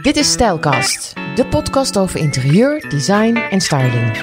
Dit is Stijlkast, de podcast over interieur, design en styling.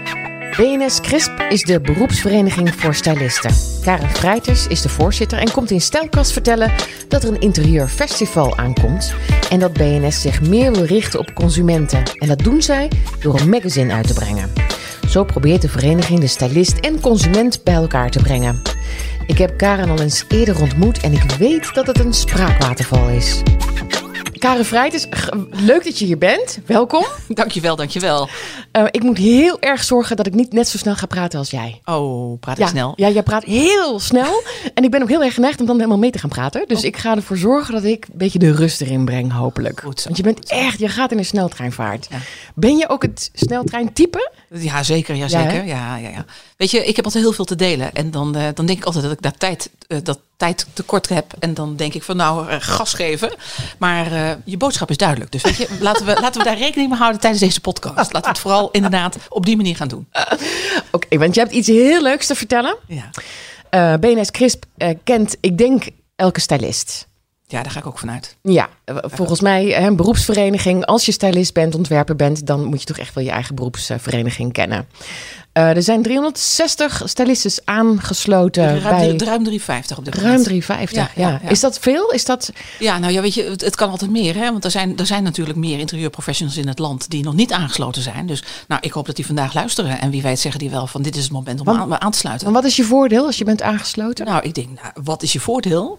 BNS Crisp is de beroepsvereniging voor stylisten. Karen Vrijters is de voorzitter en komt in Stijlkast vertellen dat er een interieurfestival aankomt en dat BNS zich meer wil richten op consumenten. En dat doen zij door een magazine uit te brengen. Zo probeert de vereniging de stylist en consument bij elkaar te brengen. Ik heb Karen al eens eerder ontmoet en ik weet dat het een spraakwaterval is. Karen Vrijters, leuk dat je hier bent. Welkom. Dankjewel. Ik moet heel erg zorgen dat ik niet net zo snel ga praten als jij. Oh, praat ik snel? Ja, jij praat heel snel. En ik ben ook heel erg geneigd om dan helemaal mee te gaan praten. Dus ik ga ervoor zorgen dat ik een beetje de rust erin breng, hopelijk. Goed zo. Want je bent echt, je gaat in een sneltreinvaart. Ja. Ben je ook het sneltreintype? Ja, zeker. Ja. Weet je, ik heb altijd heel veel te delen. En dan denk ik altijd dat ik daar tijd tekort heb. En dan denk ik van gas geven. Maar je boodschap is duidelijk. Dus weet je, laten we daar rekening mee houden tijdens deze podcast. Laten we het vooral inderdaad op die manier gaan doen. Oké, want je hebt iets heel leuks te vertellen. Ja. BNS Crisp kent, ik denk, elke stylist. Ja, daar ga ik ook vanuit. Ja, volgens mij een beroepsvereniging. Als je stylist bent, ontwerper bent, dan moet je toch echt wel je eigen beroepsvereniging kennen. Er zijn 360 stylistes aangesloten. Ruim 350 op dit moment. Ruim 350, ja. Is dat veel? Ja, nou ja, weet je, het kan altijd meer. Hè? Want er zijn natuurlijk meer interieurprofessionals in het land die nog niet aangesloten zijn. Dus ik hoop dat die vandaag luisteren. En wie weet zeggen die wel van dit is het moment om aan te sluiten. En wat is je voordeel als je bent aangesloten? Nou, ik denk, wat is je voordeel?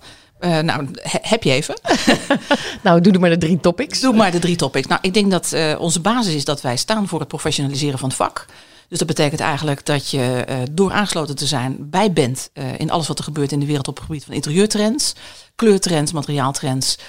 Heb je even? Doe maar de 3 topics. Doe maar de 3 topics. Nou, ik denk dat onze basis is dat wij staan voor het professionaliseren van het vak. Dus dat betekent eigenlijk dat je door aangesloten te zijn bij bent in alles wat er gebeurt in de wereld op het gebied van interieurtrends, kleurtrends, materiaaltrends.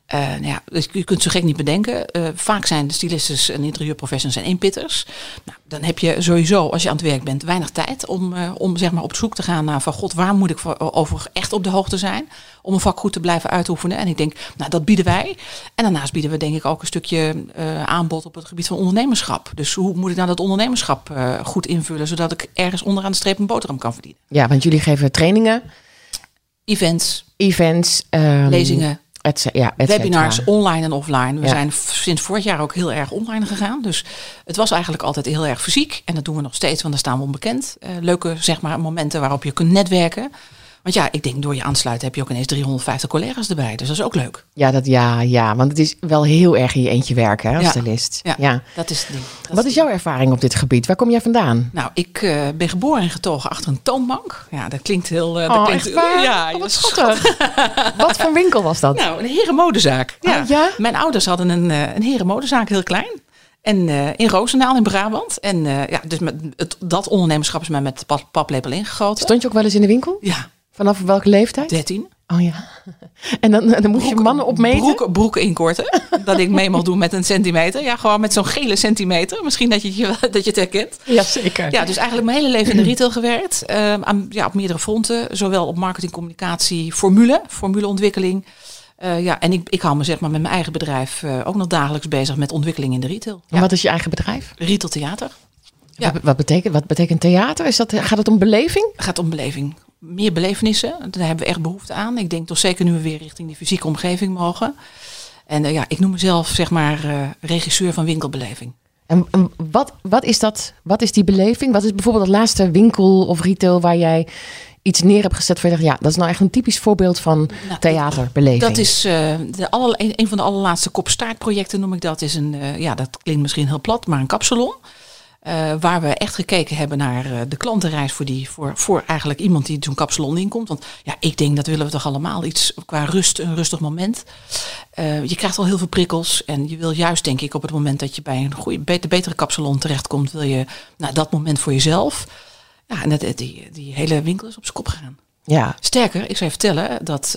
Dus je kunt zo gek niet bedenken. Vaak zijn de stylistes en interieurprofessionals en eenpitters. Dan heb je sowieso, als je aan het werk bent, weinig tijd om zeg maar op zoek te gaan naar van God, waar moet ik over echt op de hoogte zijn? Om een vak goed te blijven uitoefenen. En ik denk, dat bieden wij. En daarnaast bieden we denk ik ook een stukje aanbod op het gebied van ondernemerschap. Dus hoe moet ik dat ondernemerschap goed invullen, zodat ik ergens onderaan de streep een boterham kan verdienen? Ja, want jullie geven trainingen. Events. Lezingen. Webinars, online en offline. We zijn sinds vorig jaar ook heel erg online gegaan. Dus het was eigenlijk altijd heel erg fysiek. En dat doen we nog steeds, want daar staan we onbekend. Leuke momenten waarop je kunt netwerken. Want ik denk door je aansluiten heb je ook ineens 350 collega's erbij. Dus dat is ook leuk. Ja, want het is wel heel erg in je eentje werken als stylist. Ja, dat is het ding. Wat is jouw ervaring op dit gebied? Waar kom jij vandaan? Nou, ik ben geboren en getogen achter een toonbank. Ja, dat klinkt heel... echt waar? Ja, wat schattig. Wat voor winkel was dat? Nou, een herenmodezaak. Ja. Ja? Mijn ouders hadden een herenmodezaak, heel klein. En in Roosendaal in Brabant. En dus dat ondernemerschap is mij met de paplepel ingegoten. Stond je ook wel eens in de winkel? Ja. Vanaf welke leeftijd? 13. Oh ja. En dan moest je mannen opmeten? Broeken inkorten. Dat ik mee mag doen met een centimeter. Ja, gewoon met zo'n gele centimeter. Misschien dat je het herkent. Ja, zeker. Ja, dus eigenlijk mijn hele leven in de retail gewerkt. Op meerdere fronten. Zowel op marketing, communicatie, formuleontwikkeling. En ik hou me zeg maar met mijn eigen bedrijf ook nog dagelijks bezig met ontwikkeling in de retail. En wat is je eigen bedrijf? Retail theater. Ja. Wat betekent theater? Gaat het om beleving? Het gaat om beleving. Meer belevenissen, daar hebben we echt behoefte aan. Ik denk toch zeker nu we weer richting die fysieke omgeving mogen. En ik noem mezelf zeg maar regisseur van winkelbeleving. En wat is dat? Wat is die beleving? Wat is bijvoorbeeld het laatste winkel of retail waar jij iets neer hebt gezet waar je dacht, dat is nou echt een typisch voorbeeld van theaterbeleving? Dat is een van de allerlaatste kop-staartprojecten noem ik dat. Is dat klinkt misschien heel plat, maar een kapsalon. Waar we echt gekeken hebben naar de klantenreis voor eigenlijk iemand die zo'n kapsalon inkomt. Want ik denk dat willen we toch allemaal iets qua rust, een rustig moment. Je krijgt al heel veel prikkels en je wil juist denk ik op het moment dat je bij een goede, betere kapsalon terechtkomt, wil je dat moment voor jezelf. Ja, en die hele winkel is op zijn kop gegaan. Ja. Sterker, ik zou je vertellen dat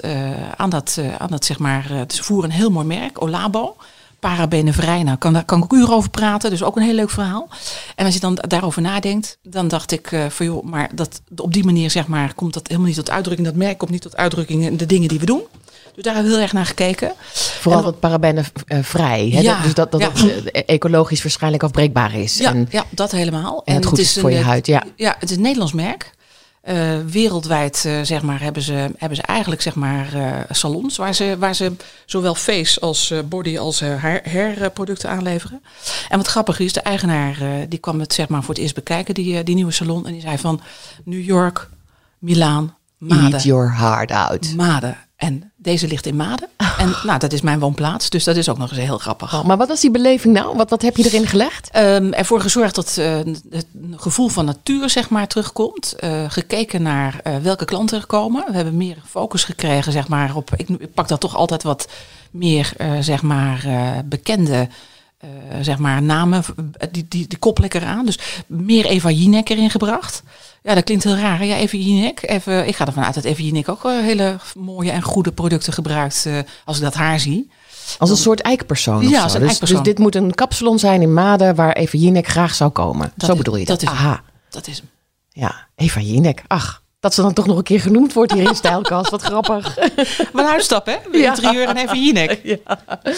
ze voeren een heel mooi merk, Olabo. Parabenenvrij, kan ik ook uren over praten. Dus ook een heel leuk verhaal. En als je dan daarover nadenkt, dan dacht ik maar op die manier zeg maar komt dat helemaal niet tot uitdrukking. Dat merk komt niet tot uitdrukking in de dingen die we doen. Dus daar hebben we heel erg naar gekeken. Vooral dat parabenenvrij. Dus dat ecologisch waarschijnlijk afbreekbaar is. Ja, dat helemaal. En het goed is voor je huid. Ja, het is een Nederlands merk. Wereldwijd zeg maar, hebben ze eigenlijk zeg maar, salons waar ze zowel face als body als hairproducten aanleveren. En wat grappig is, de eigenaar die kwam het zeg maar, voor het eerst bekijken, die nieuwe salon. En die zei van New York, Milaan, Maden. Eat your heart out. Maden. En deze ligt in Maden. En nou, dat is mijn woonplaats. Dus dat is ook nog eens heel grappig. Oh, maar wat was die beleving nou? Wat heb je erin gelegd? Ervoor gezorgd dat het gevoel van natuur zeg maar, terugkomt. Gekeken naar welke klanten er komen. We hebben meer focus gekregen zeg maar, op... Ik pak dat toch altijd wat meer zeg maar, bekende... zeg maar namen, die koppel ik eraan. Dus meer Eva Jinek erin gebracht. Ja, dat klinkt heel raar. Hè? Ja, Eva Jinek. Ik ga ervan uit dat Eva Jinek ook hele mooie en goede producten gebruikt als ik dat haar zie. Als een soort eikpersoon. Ja, als een eikpersoon. Dus dit moet een kapsalon zijn in Maden waar Eva Jinek graag zou komen. Zo bedoel je dat? Aha. Dat is hem. Ja, Eva Jinek. Ach. Dat ze dan toch nog een keer genoemd wordt hier in Stijlkast. Wat grappig. Wat een uitstap, hè? Interieur en even Jinek. Ja.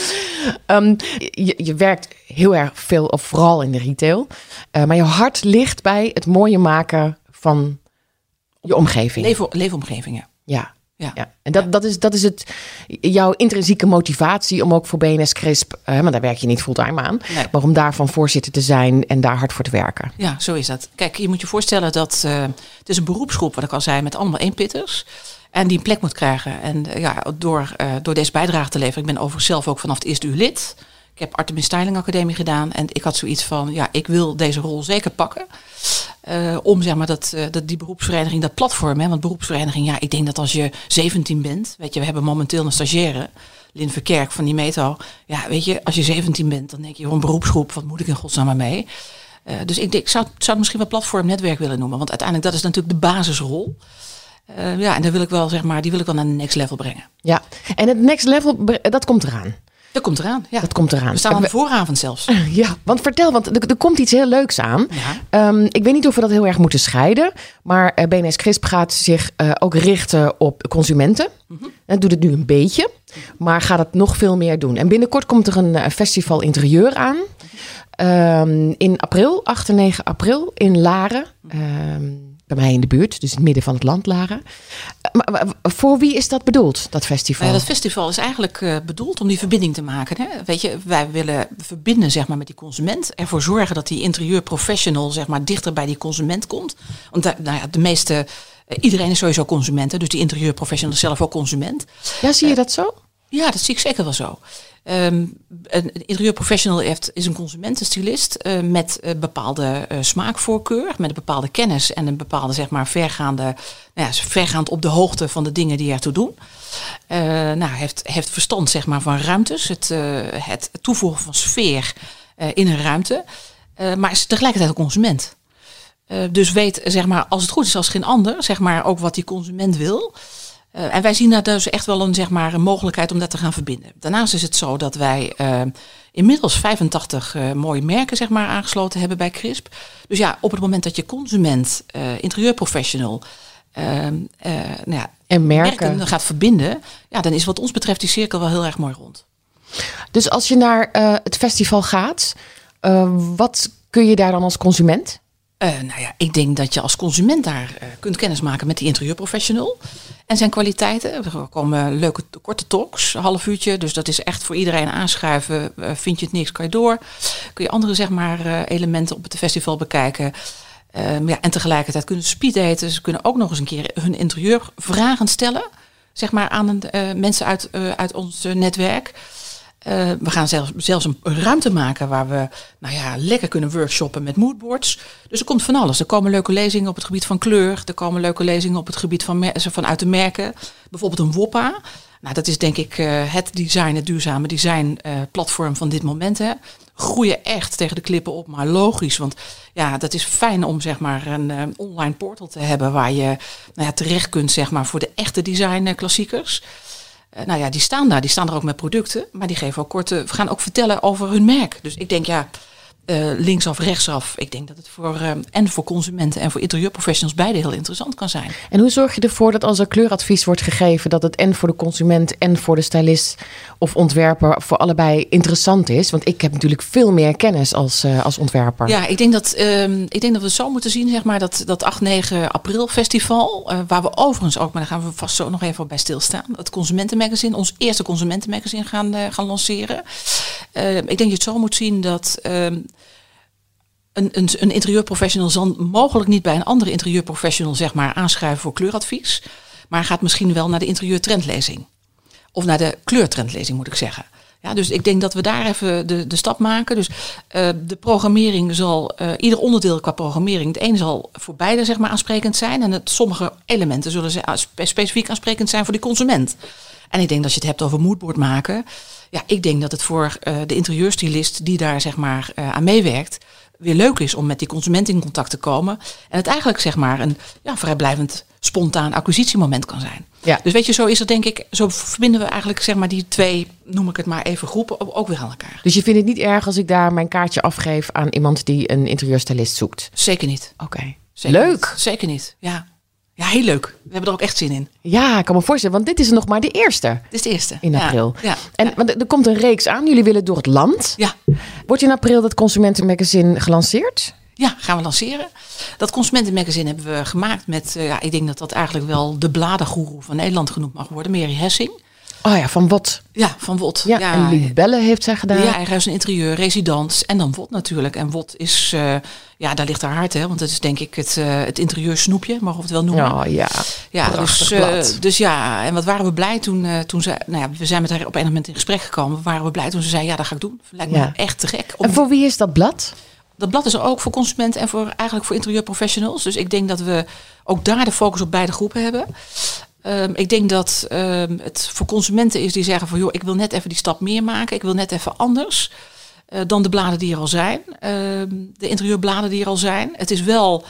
Je werkt heel erg veel, of vooral in de retail. Maar je hart ligt bij het mooie maken van je omgeving. Leefomgevingen. Ja. En dat is jouw intrinsieke motivatie om ook voor BNS Crisp, maar daar werk je niet fulltime aan, nee. Maar om daarvan voorzitter te zijn en daar hard voor te werken. Ja, zo is dat. Kijk, je moet je voorstellen dat het is een beroepsgroep, wat ik al zei, met allemaal eenpitters. En die een plek moet krijgen. En door deze bijdrage te leveren, ik ben overigens zelf ook vanaf het eerste uur lid. Ik heb Artemis Styling Academie gedaan en ik had zoiets van, ja, ik wil deze rol zeker pakken. Om zeg maar dat die beroepsvereniging, dat platform, hè, want beroepsvereniging, ja, ik denk dat als je 17 bent, weet je, we hebben momenteel een stagiaire, Lin Verkerk van die Meto. Ja, weet je, als je 17 bent, dan denk je, een beroepsgroep, wat moet ik in godsnaam maar mee? Dus ik zou het misschien wel platformnetwerk willen noemen, want uiteindelijk dat is natuurlijk de basisrol. En daar wil ik wel, zeg maar, die wil ik wel naar de next level brengen. Ja, en het next level, dat komt eraan. Dat komt eraan, ja. Dat komt eraan. We staan aan de vooravond zelfs. Ja, want vertel, want er komt iets heel leuks aan. Ja. Ik weet niet of we dat heel erg moeten scheiden. Maar BNS Crisp gaat zich ook richten op consumenten. Mm-hmm. Dat doet het nu een beetje. Maar gaat het nog veel meer doen. En binnenkort komt er een festival interieur aan. In april, 8 en 9 april in Laren. Bij mij in de buurt, dus in het midden van het land, Laren. Maar voor wie is dat bedoeld, dat festival? Dat festival is eigenlijk bedoeld om die verbinding te maken. Hè? Weet je, wij willen verbinden zeg maar, met die consument. Ervoor zorgen dat die interieurprofessional zeg maar, dichter bij die consument komt. Want de meeste, iedereen is sowieso consument. Hè? Dus die interieurprofessional is zelf ook consument. Ja, zie je dat zo? Ja, dat zie ik zeker wel zo. Een interieurprofessional is een consumentenstylist met bepaalde smaakvoorkeur, met een bepaalde kennis en een bepaalde zeg maar vergaand op de hoogte van de dingen die ertoe doen. Heeft verstand zeg maar van ruimtes, het toevoegen van sfeer in een ruimte, maar is tegelijkertijd een consument. Dus weet zeg maar als het goed is als geen ander zeg maar ook wat die consument wil. En wij zien daar dus echt wel een mogelijkheid om dat te gaan verbinden. Daarnaast is het zo dat wij inmiddels 85 mooie merken zeg maar, aangesloten hebben bij Crisp. Dus ja, op het moment dat je consument, interieurprofessional en merken gaat verbinden, ja, dan is wat ons betreft die cirkel wel heel erg mooi rond. Dus als je naar het festival gaat, wat kun je daar dan als consument? Ik denk dat je als consument daar kunt kennismaken met die interieurprofessional en zijn kwaliteiten. Er komen leuke korte talks, een half uurtje. Dus dat is echt voor iedereen aanschuiven. Vind je het niks, kan je door. Kun je andere zeg maar, elementen op het festival bekijken. En tegelijkertijd kunnen ze speeddaten. Ze kunnen ook nog eens een keer hun interieurvragen stellen. Zeg maar aan mensen uit ons netwerk. We gaan zelfs een ruimte maken waar we lekker kunnen workshoppen met moodboards. Dus er komt van alles. Er komen leuke lezingen op het gebied van kleur. Er komen leuke lezingen op het gebied vanuit de merken. Bijvoorbeeld een WOPA. Nou, dat is denk ik het duurzame design platform van dit moment. Hè. Groeien echt tegen de klippen op, maar logisch. Want ja, dat is fijn om zeg maar een online portal te hebben waar je terecht kunt zeg maar, voor de echte design klassiekers. Die staan daar. Die staan er ook met producten. Maar die geven ook we gaan ook vertellen over hun merk. Dus ik denk links of rechtsaf. Ik denk dat het voor consumenten en voor interieurprofessionals beide heel interessant kan zijn. En hoe zorg je ervoor dat als er kleuradvies wordt gegeven, dat het en voor de consument en voor de stylist of ontwerper voor allebei interessant is? Want ik heb natuurlijk veel meer kennis als ontwerper. Ja, ik denk dat we het zo moeten zien, zeg maar, dat 8-9 april festival, waar we overigens ook, maar daar gaan we vast zo nog even bij stilstaan, het consumentenmagazine, ons eerste consumentenmagazine gaan lanceren. Ik denk dat je het zo moet zien dat een interieurprofessional zal mogelijk niet bij een andere interieurprofessional, zeg maar, aanschrijven voor kleuradvies. Maar gaat misschien wel naar de interieurtrendlezing. Of naar de kleurtrendlezing, moet ik zeggen. Ja, dus ik denk dat we daar even de stap maken. Dus de programmering zal, ieder onderdeel qua programmering, het een zal voor beide, zeg maar, aansprekend zijn. En sommige elementen zullen specifiek aansprekend zijn voor die consument. En ik denk dat je het hebt over moodboard maken. Ja, ik denk dat het voor de interieurstylist die daar, zeg maar, aan meewerkt, weer leuk is om met die consument in contact te komen. En het eigenlijk, zeg maar, een vrijblijvend spontaan acquisitiemoment kan zijn. Ja. Dus weet je, zo is het, denk ik, zo verbinden we eigenlijk, zeg maar, die twee, noem ik het maar even, groepen ook weer aan elkaar. Dus je vindt het niet erg als ik daar mijn kaartje afgeef aan iemand die een interieurstylist zoekt? Zeker niet. Oké. Leuk. Niet. Zeker niet, ja. Ja, heel leuk. We hebben er ook echt zin in. Ja, ik kan me voorstellen, want dit is nog maar de eerste. Dit is de eerste. In april. Ja. En want er komt een reeks aan. Jullie willen door het land. Ja. Wordt in april dat consumentenmagazine gelanceerd? Ja, gaan we lanceren. Dat consumentenmagazine hebben we gemaakt met, ik denk dat eigenlijk wel de bladengoeroe van Nederland genoemd mag worden, Mary Hessing. Oh ja, van WOT. Ja, van WOT. Ja, en Libelle heeft zij gedaan. Ja, eigenhuis en interieur, residence en dan WOT natuurlijk. En WOT is, daar ligt haar hart, hè, want dat is denk ik het interieursnoepje, mogen we het wel noemen. Oh ja, ja, dus ja, en wat waren we blij toen ze, we zijn met haar op een moment in gesprek gekomen. Waren we blij toen ze zei, ja, dat ga ik doen. Lijkt me echt te gek. En voor wie is dat blad? Dat blad is er ook voor consumenten en eigenlijk voor interieurprofessionals. Dus ik denk dat we ook daar de focus op beide groepen hebben. Ik denk dat het voor consumenten is die zeggen van, joh, ik wil net even die stap meer maken. Ik wil net even anders dan de bladen die er al zijn. De interieurbladen die er al zijn. Het is wel,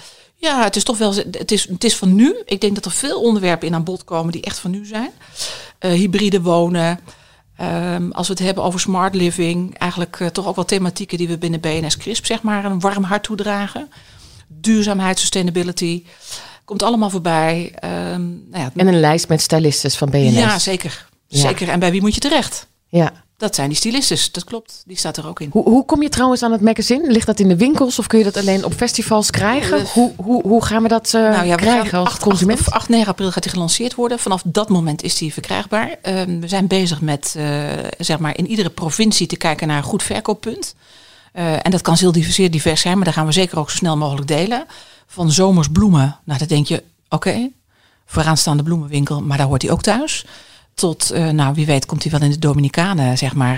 het is van nu. Ik denk dat er veel onderwerpen in aan bod komen die echt van nu zijn. Hybride wonen. Als we het hebben over smart living, eigenlijk toch ook wel thematieken die we binnen BNS Crisp, zeg maar, een warm hart toedragen. Duurzaamheid, sustainability, komt allemaal voorbij. En een lijst met stylistes van BNS. Ja, zeker. Zeker. En bij wie moet je terecht? Ja. Dat zijn die stylistes, dat klopt. Die staat er ook in. Hoe kom je trouwens aan het magazine? Ligt dat in de winkels of kun je dat alleen op festivals krijgen? Hoe gaan we dat krijgen als consument? 8-9 april gaat die gelanceerd worden. Vanaf dat moment is die verkrijgbaar. We zijn bezig met zeg maar in iedere provincie te kijken naar een goed verkooppunt. En dat kan zeer divers zijn, maar daar gaan we zeker ook zo snel mogelijk delen. Van zomers bloemen, nou dan denk je, oké, vooraanstaande bloemenwinkel, maar daar hoort hij ook thuis. Tot, wie weet komt hij wel in de Dominicanen, zeg maar,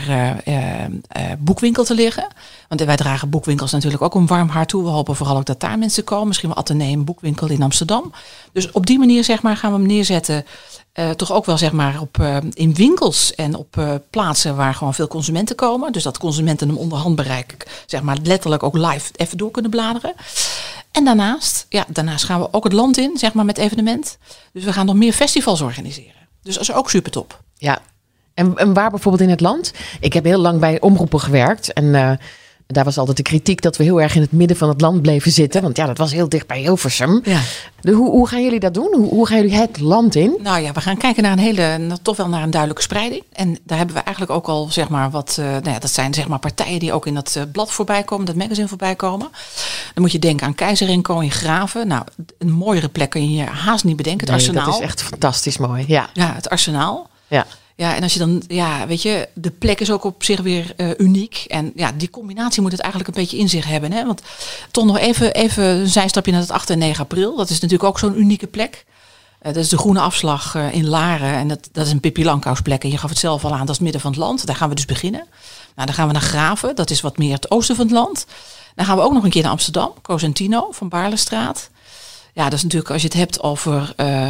boekwinkel te liggen. Want wij dragen boekwinkels natuurlijk ook een warm hart toe. We hopen vooral ook dat daar mensen komen. Misschien wel Atheneum boekwinkel in Amsterdam. Dus op die manier, zeg maar, gaan we hem neerzetten. Toch ook wel, zeg maar, in winkels en op plaatsen waar gewoon veel consumenten komen. Dus dat consumenten hem onder handbereik, zeg maar, letterlijk ook live even door kunnen bladeren. En daarnaast gaan we ook het land in, zeg maar, met evenement. Dus we gaan nog meer festivals organiseren. Dus dat is ook super top. Ja, en waar bijvoorbeeld in het land? Ik heb heel lang bij omroepen gewerkt. En daar was altijd de kritiek dat we heel erg in het midden van het land bleven zitten. Want ja, dat was heel dicht bij Hilversum. Ja. Hoe gaan jullie dat doen? Hoe gaan jullie het land in? Nou ja, we gaan kijken naar toch wel naar een duidelijke spreiding. En daar hebben we eigenlijk ook al, zeg maar, dat zijn, zeg maar, partijen die ook in dat blad voorbij komen, dat magazine voorbij komen. Dan moet je denken aan Keizer & Co in Graven. Nou, een mooiere plek kun je haast niet bedenken. Het Arsenaal. Dat is echt fantastisch mooi. Ja, het Arsenaal. Ja. Ja, en als je dan, weet je, de plek is ook op zich weer uniek. En ja, die combinatie moet het eigenlijk een beetje in zich hebben. Hè? Want toch nog even een zijstapje naar het 8 en 9 april. Dat is natuurlijk ook zo'n unieke plek. Dat is de Groene Afslag in Laren. En dat is een Pippi Langkous plek. En je gaf het zelf al aan, dat is het midden van het land. Daar gaan we dus beginnen. Nou, dan gaan we naar Graven. Dat is wat meer het oosten van het land. Dan gaan we ook nog een keer naar Amsterdam. Cosentino van Baarlestraat. Ja, dat is natuurlijk, als je het hebt over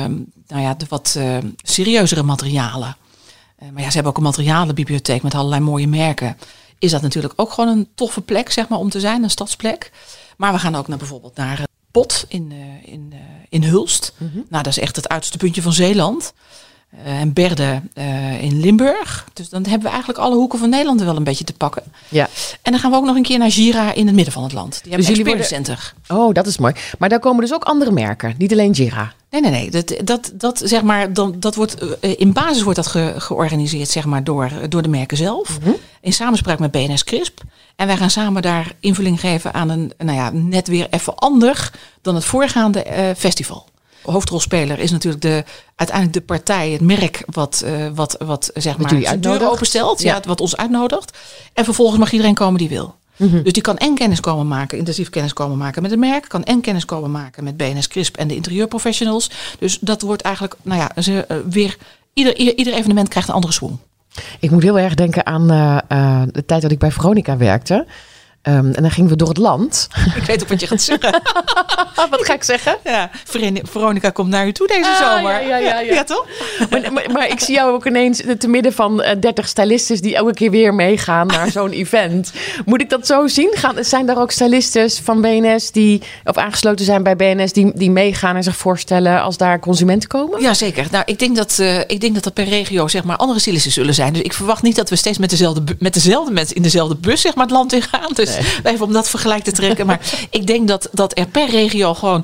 de wat serieuzere materialen. Maar ja, ze hebben ook een materialenbibliotheek met allerlei mooie merken. Is dat natuurlijk ook gewoon een toffe plek, zeg maar, om te zijn, een stadsplek. Maar we gaan ook bijvoorbeeld naar Pot in Hulst. Mm-hmm. Nou, dat is echt het uiterste puntje van Zeeland. en Berde in Limburg. Dus dan hebben we eigenlijk alle hoeken van Nederland wel een beetje te pakken. Ja. En dan gaan we ook nog een keer naar Gira in het midden van het land. Die hebben een experience center. Oh, dat is mooi. Maar daar komen dus ook andere merken, niet alleen Gira. Nee. Dat zeg maar, dat wordt in basis wordt dat georganiseerd zeg maar door de merken zelf. Mm-hmm. In samenspraak met BNS Crisp. En wij gaan samen daar invulling geven aan een, net weer even ander dan het voorgaande festival. Hoofdrolspeler is natuurlijk uiteindelijk de partij, het merk wat zeg maar zijn deur openstelt, wat ons uitnodigt. En vervolgens mag iedereen komen die wil. Mm-hmm. Dus die kan en kennis komen maken, intensief kennis komen maken met het merk, kan en kennis komen maken met BNS Crisp en de interieurprofessionals. Dus dat wordt eigenlijk, weer ieder evenement krijgt een andere swing. Ik moet heel erg denken aan de tijd dat ik bij Veronica werkte. En dan gingen we door het land. Ik weet ook wat je gaat zeggen. Wat ga ik zeggen? Ja, Veronica komt naar u toe deze zomer. Ja, toch? Maar ik zie jou ook ineens te midden van 30 stylistes die elke keer weer meegaan naar zo'n event. Moet ik dat zo zien? Zijn daar ook stylistes van BNS of aangesloten zijn bij BNS die meegaan en zich voorstellen als daar consumenten komen? Ja, zeker. Nou, ik denk dat per regio zeg maar andere stylisten zullen zijn. Dus ik verwacht niet dat we steeds met dezelfde mensen in dezelfde bus zeg maar het land in gaan. Dus even om dat vergelijk te trekken. Maar ik denk dat er per regio gewoon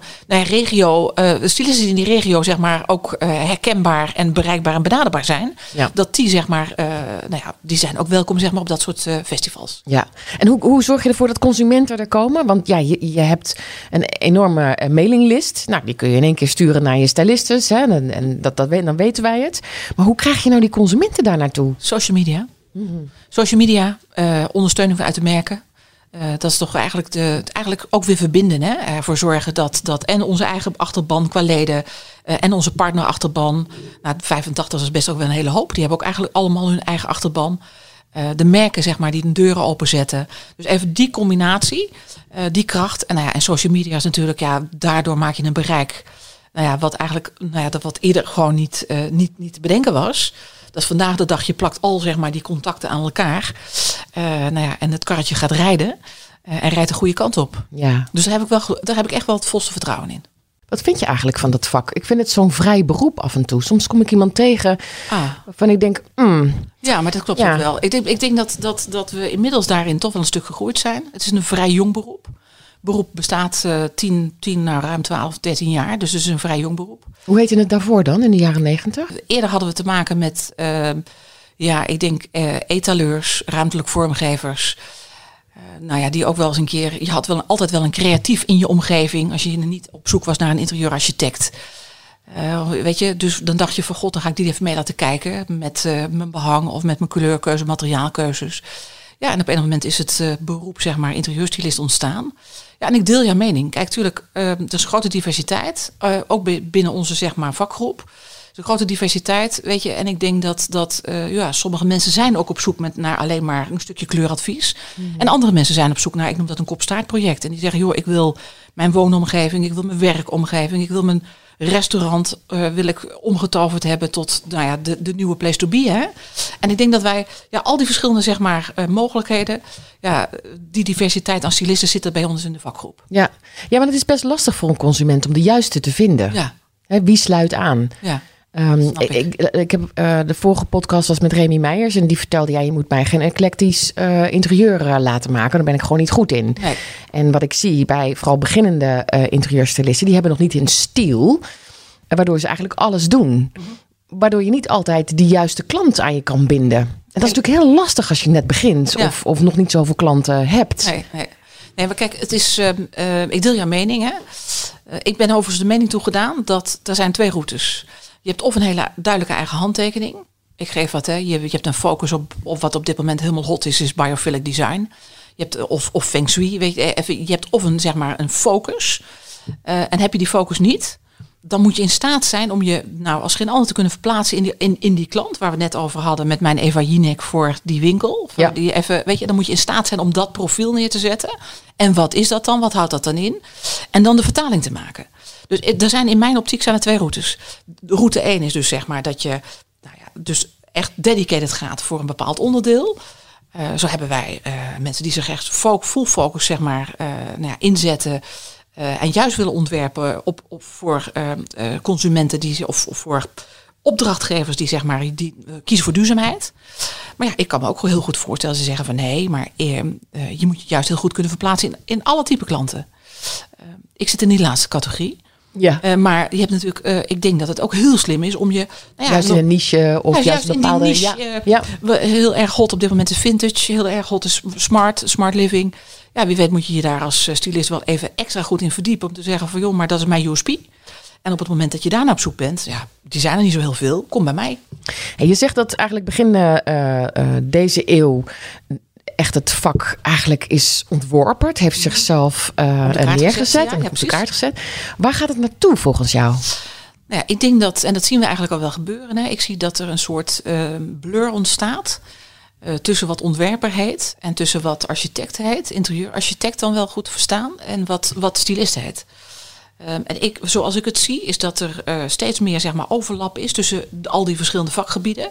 stylisten in die regio zeg maar ook herkenbaar en bereikbaar en benaderbaar zijn. Ja. Dat die zeg maar, die zijn ook welkom zeg maar op dat soort festivals. Ja. En hoe zorg je ervoor dat consumenten er komen? Want ja, je hebt een enorme mailinglist. Nou, die kun je in één keer sturen naar je stylistes. Hè? En dan weten wij het. Maar hoe krijg je nou die consumenten daar naartoe? Social media. Mm-hmm. Social media, ondersteuning vanuit de merken. Dat is toch eigenlijk ook weer verbinden. Hè? Ervoor zorgen dat en onze eigen achterban qua leden en onze partnerachterban. Nou, 85 is best ook wel een hele hoop. Die hebben ook eigenlijk allemaal hun eigen achterban. De merken zeg maar die de deuren openzetten. Dus even die combinatie, die kracht. En social media is natuurlijk, daardoor maak je een bereik. Wat eigenlijk, wat eerder gewoon niet te bedenken was. Dat is vandaag de dag, je plakt al zeg maar die contacten aan elkaar. En het karretje gaat rijden en rijdt de goede kant op. Ja. Dus daar heb ik echt wel het volste vertrouwen in. Wat vind je eigenlijk van dat vak? Ik vind het zo'n vrij beroep af en toe. Soms kom ik iemand tegen waarvan ik denk... Ja, maar dat klopt ook wel. Ik denk dat we inmiddels daarin toch wel een stuk gegroeid zijn. Het is een vrij jong beroep. Beroep bestaat ruim 12, 13 jaar. Dus het is een vrij jong beroep. Hoe heette het daarvoor dan, in de jaren 90? Eerder hadden we te maken met, etaleurs, ruimtelijk vormgevers. Die ook wel eens een keer... Je had altijd wel een creatief in je omgeving. Als je niet op zoek was naar een interieurarchitect. Dus dan dacht je van god, dan ga ik die even mee laten kijken. Met mijn behang of met mijn kleurkeuze, materiaalkeuzes. Ja, en op een moment is het beroep, zeg maar, interieurstylist ontstaan. Ja, en ik deel jouw mening. Kijk, natuurlijk, er is grote diversiteit. Ook binnen onze, zeg maar, vakgroep. Er is een grote diversiteit, weet je. En ik denk dat sommige mensen zijn ook op zoek naar alleen maar een stukje kleuradvies. Mm-hmm. En andere mensen zijn op zoek naar, ik noem dat een kop-staartproject. En die zeggen, ik wil mijn woonomgeving, ik wil mijn werkomgeving, ik wil mijn restaurant wil ik omgetoverd hebben tot de nieuwe place to be. Hè? En ik denk dat wij al die verschillende zeg maar mogelijkheden, die diversiteit aan stylisten zit er bij ons in de vakgroep. Ja, maar het is best lastig voor een consument om de juiste te vinden. Ja. Hè, wie sluit aan? Ja. Ik heb de vorige podcast was met Remy Meijers en die vertelde, je moet mij geen eclectisch interieur laten maken. Daar ben ik gewoon niet goed in. Nee. En wat ik zie bij vooral beginnende interieurstylisten, die hebben nog niet een stijl, waardoor ze eigenlijk alles doen. Mm-hmm. Waardoor je niet altijd de juiste klant aan je kan binden. En dat is natuurlijk heel lastig als je net begint of nog niet zoveel klanten hebt. Nee, maar kijk, het is, ik deel jouw mening. Hè? Ik ben overigens de mening toegedaan dat er zijn 2 routes. Je hebt of een hele duidelijke eigen handtekening. Ik geef wat, hè. Je hebt een focus op wat op dit moment helemaal hot is biophilic design. Je hebt of feng shui, weet je hebt of een focus. En heb je die focus niet, dan moet je in staat zijn om je als geen ander te kunnen verplaatsen in die klant waar we het net over hadden met mijn Eva Jinek voor die winkel. Dan moet je in staat zijn om dat profiel neer te zetten. En wat is dat dan? Wat houdt dat dan in? En dan de vertaling te maken. Dus er zijn in mijn optiek 2 routes. Route 1 is dus zeg maar dat je dus echt dedicated gaat voor een bepaald onderdeel. Zo hebben wij mensen die zich echt full focus zeg maar inzetten. En juist willen ontwerpen voor consumenten of voor opdrachtgevers die zeg maar die kiezen voor duurzaamheid. Maar ja, ik kan me ook heel goed voorstellen ze zeggen van nee, maar je moet je juist heel goed kunnen verplaatsen in alle type klanten. Ik zit in die laatste categorie. Ja. Maar je hebt natuurlijk, ik denk dat het ook heel slim is om je... juist in een niche of juist een bepaalde... In die niche, heel erg hot op dit moment is vintage, heel erg hot is smart living. Ja, wie weet moet je je daar als stylist wel even extra goed in verdiepen om te zeggen van joh, maar dat is mijn USP. En op het moment dat je daar naar op zoek bent, ja, die zijn er niet zo heel veel, kom bij mij. En je zegt dat eigenlijk begin deze eeuw echt het vak eigenlijk is ontworpen. Het heeft zichzelf neergezet en op de kaart gezet. Waar gaat het naartoe volgens jou? Nou ja, ik denk dat, en dat zien we eigenlijk al wel gebeuren. Hè? Ik zie dat er een soort blur ontstaat tussen wat ontwerper heet en tussen wat architect heet. Interieurarchitect dan wel goed verstaan en wat stylist heet. En zoals ik het zie, is dat er steeds meer zeg maar overlap is tussen al die verschillende vakgebieden.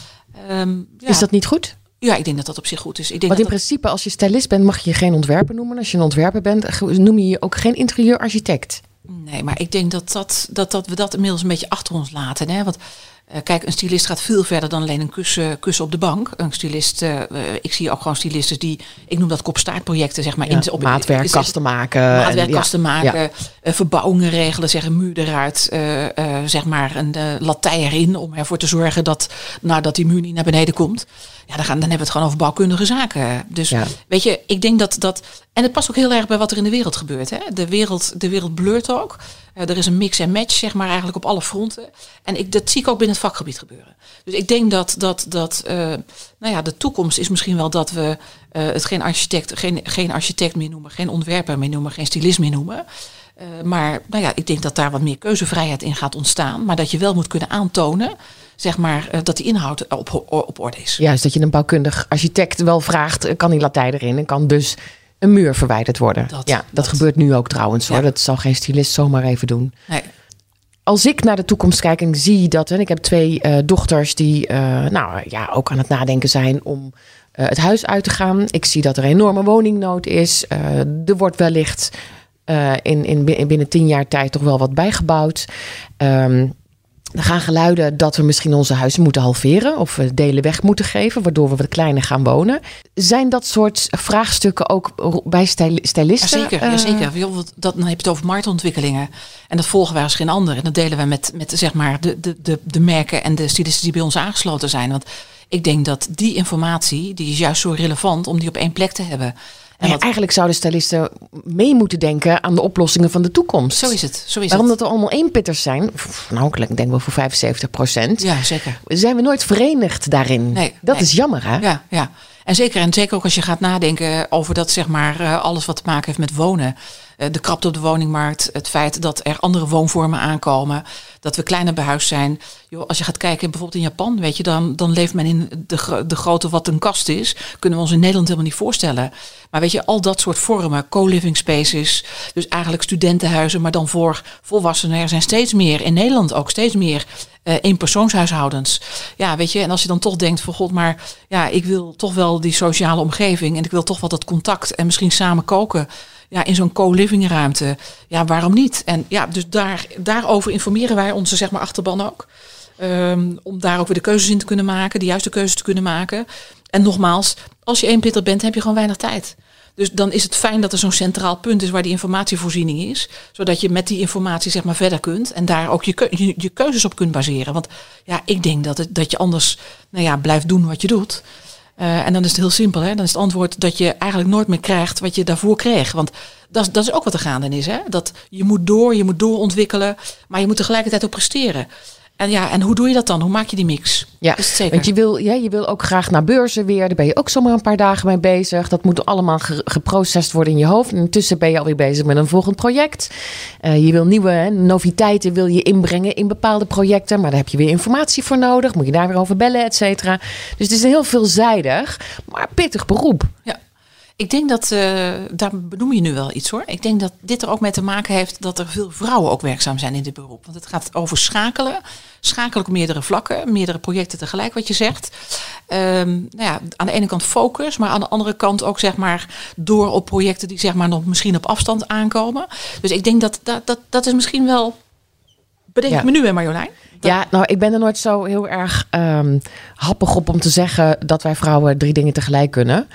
Is dat niet goed? Ja, ik denk dat dat op zich goed is. Want in principe, als je stylist bent, mag je je geen ontwerper noemen. Als je een ontwerper bent, noem je je ook geen interieurarchitect. Nee, maar ik denk dat we dat inmiddels een beetje achter ons laten. Hè? Want kijk, een stylist gaat veel verder dan alleen een kussen op de bank. Een stylist, ik zie ook gewoon stylisten die, ik noem dat kop-staartprojecten, zeg maar. Ja, maatwerkkasten maken. Verbouwingen regelen, zeg een muur eruit, zeg maar een latij erin, om ervoor te zorgen dat nadat die muur niet naar beneden komt. Ja, dan hebben we het gewoon over bouwkundige zaken. Dus weet je, ik denk dat... En het past ook heel erg bij wat er in de wereld gebeurt. Hè? De wereld blurt ook. Er is een mix en match, zeg maar, eigenlijk op alle fronten. En dat zie ik ook binnen het vakgebied gebeuren. Dus ik denk dat de toekomst is misschien wel dat we het geen architect meer noemen, geen ontwerper meer noemen, geen stylist meer noemen. Maar ik denk dat daar wat meer keuzevrijheid in gaat ontstaan. Maar dat je wel moet kunnen aantonen, zeg maar, dat die inhoud op orde is. Juist, dat je een bouwkundig architect wel vraagt, kan die latij erin en kan dus een muur verwijderd worden. Dat gebeurt nu ook trouwens hoor. Dat zal geen stylist zomaar even doen. Nee. Als ik naar de toekomst kijk en zie dat, en ik heb 2 dochters die ook aan het nadenken zijn om het huis uit te gaan. Ik zie dat er een enorme woningnood is. Er wordt wellicht binnen 10 jaar tijd toch wel wat bijgebouwd. Er gaan geluiden dat we misschien onze huizen moeten halveren of delen weg moeten geven, waardoor we wat kleiner gaan wonen. Zijn dat soort vraagstukken ook bij stylisten? Ja, zeker. Dan heb je het over marktontwikkelingen. En dat volgen wij als geen ander. En dat delen wij met zeg maar de merken en de stylisten die bij ons aangesloten zijn. Want ik denk dat die informatie, die is juist zo relevant om die op één plek te hebben. Eigenlijk zouden stylisten mee moeten denken aan de oplossingen van de toekomst. Zo is het. Waarom dat er allemaal eenpitters zijn, ik denk wel voor 75%. Ja, zeker. Zijn we nooit verenigd daarin. Dat is jammer, hè? Ja. En zeker ook als je gaat nadenken over dat, zeg maar, alles wat te maken heeft met wonen. De krapte op de woningmarkt, het feit dat er andere woonvormen aankomen, dat we kleiner behuisd zijn. Als je gaat kijken bijvoorbeeld in Japan, weet je, dan leeft men in de grootte wat een kast is. Kunnen we ons in Nederland helemaal niet voorstellen. Maar weet je, al dat soort vormen, co-living spaces, dus eigenlijk studentenhuizen, maar dan voor volwassenen. Er zijn steeds meer, in Nederland ook steeds meer eenpersoonshuishoudens. Ja, weet je, en als je dan toch denkt van god, maar ja, ik wil toch wel die sociale omgeving en ik wil toch wel dat contact en misschien samen koken. Ja, in zo'n co-living ruimte. Ja, waarom niet? En ja, dus daarover informeren wij onze, zeg maar, achterban ook. Om daar ook weer de keuzes in te kunnen maken, de juiste keuzes te kunnen maken. En nogmaals, als je eenpitter bent, heb je gewoon weinig tijd. Dus dan is het fijn dat er zo'n centraal punt is waar die informatievoorziening is. Zodat je met die informatie, zeg maar, verder kunt. En daar ook je keuzes op kunt baseren. Want ja, ik denk dat je anders blijft doen wat je doet. En dan is het heel simpel. Hè? Dan is het antwoord dat je eigenlijk nooit meer krijgt wat je daarvoor kreeg. Want dat is ook wat er gaande is. Hè? Dat je moet doorontwikkelen. Maar je moet tegelijkertijd ook presteren. En hoe doe je dat dan? Hoe maak je die mix? Ja, want je wil ook graag naar beurzen weer. Daar ben je ook zomaar een paar dagen mee bezig. Dat moet allemaal geprocessed worden in je hoofd. En intussen ben je alweer bezig met een volgend project. Je wil nieuwe noviteiten wil je inbrengen in bepaalde projecten. Maar daar heb je weer informatie voor nodig. Moet je daar weer over bellen, et cetera. Dus het is een heel veelzijdig, maar pittig beroep. Ja. Ik denk dat, daar benoem je nu wel iets hoor. Ik denk dat dit er ook mee te maken heeft dat er veel vrouwen ook werkzaam zijn in dit beroep. Want het gaat over schakelen op meerdere vlakken, meerdere projecten tegelijk wat je zegt. Aan de ene kant focus, maar aan de andere kant ook, zeg maar, door op projecten die, zeg maar, nog misschien op afstand aankomen. Dus ik denk dat is misschien wel Bedenk ik me nu, hè Marjolein? Ja, nou, ik ben er nooit zo heel erg happig op om te zeggen dat wij vrouwen 3 dingen tegelijk kunnen.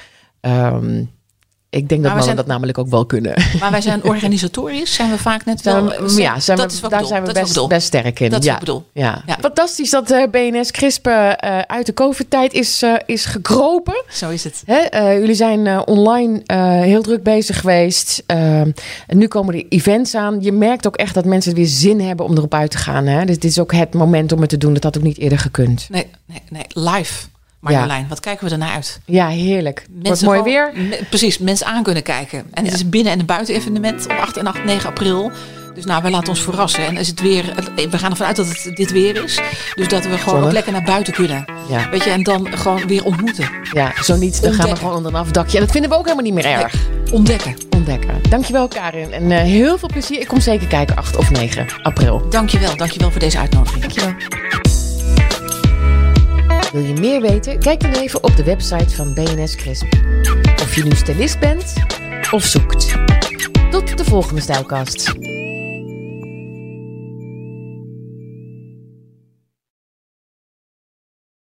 Ik denk dat mannen dat namelijk ook wel kunnen. Maar wij zijn organisatorisch, zijn we vaak net wel... daar zijn we best sterk in. Dat is wat ik bedoel. Ja. Fantastisch dat BNS Crisp uit de COVID-tijd is gekropen. Zo is het. Jullie zijn online heel druk bezig geweest. En nu komen er events aan. Je merkt ook echt dat mensen weer zin hebben om erop uit te gaan. Hè? Dus dit is ook het moment om het te doen. Dat had ook niet eerder gekund. Nee. Live. Marjolein, wat kijken we ernaar uit? Ja, heerlijk. Wordt mooi weer. Precies, mensen aan kunnen kijken. En het is een binnen- en een buiten-evenement op 8 en 9 april. Dus wij laten ons verrassen. En is het weer, we gaan ervan uit dat het dit weer is. Dus dat we gewoon ook lekker naar buiten kunnen. Ja. Weet je, en dan gewoon weer ontmoeten. Ja, zo niet, dan gaan we gewoon onder een afdakje. En dat vinden we ook helemaal niet meer erg. Ontdekken. Dankjewel Karin. En heel veel plezier. Ik kom zeker kijken 8 of 9 april. Dankjewel voor deze uitnodiging. Dankjewel. Wil je meer weten? Kijk dan even op de website van BNS Crisp. Of je nu stylist bent of zoekt. Tot de volgende Stijlkast.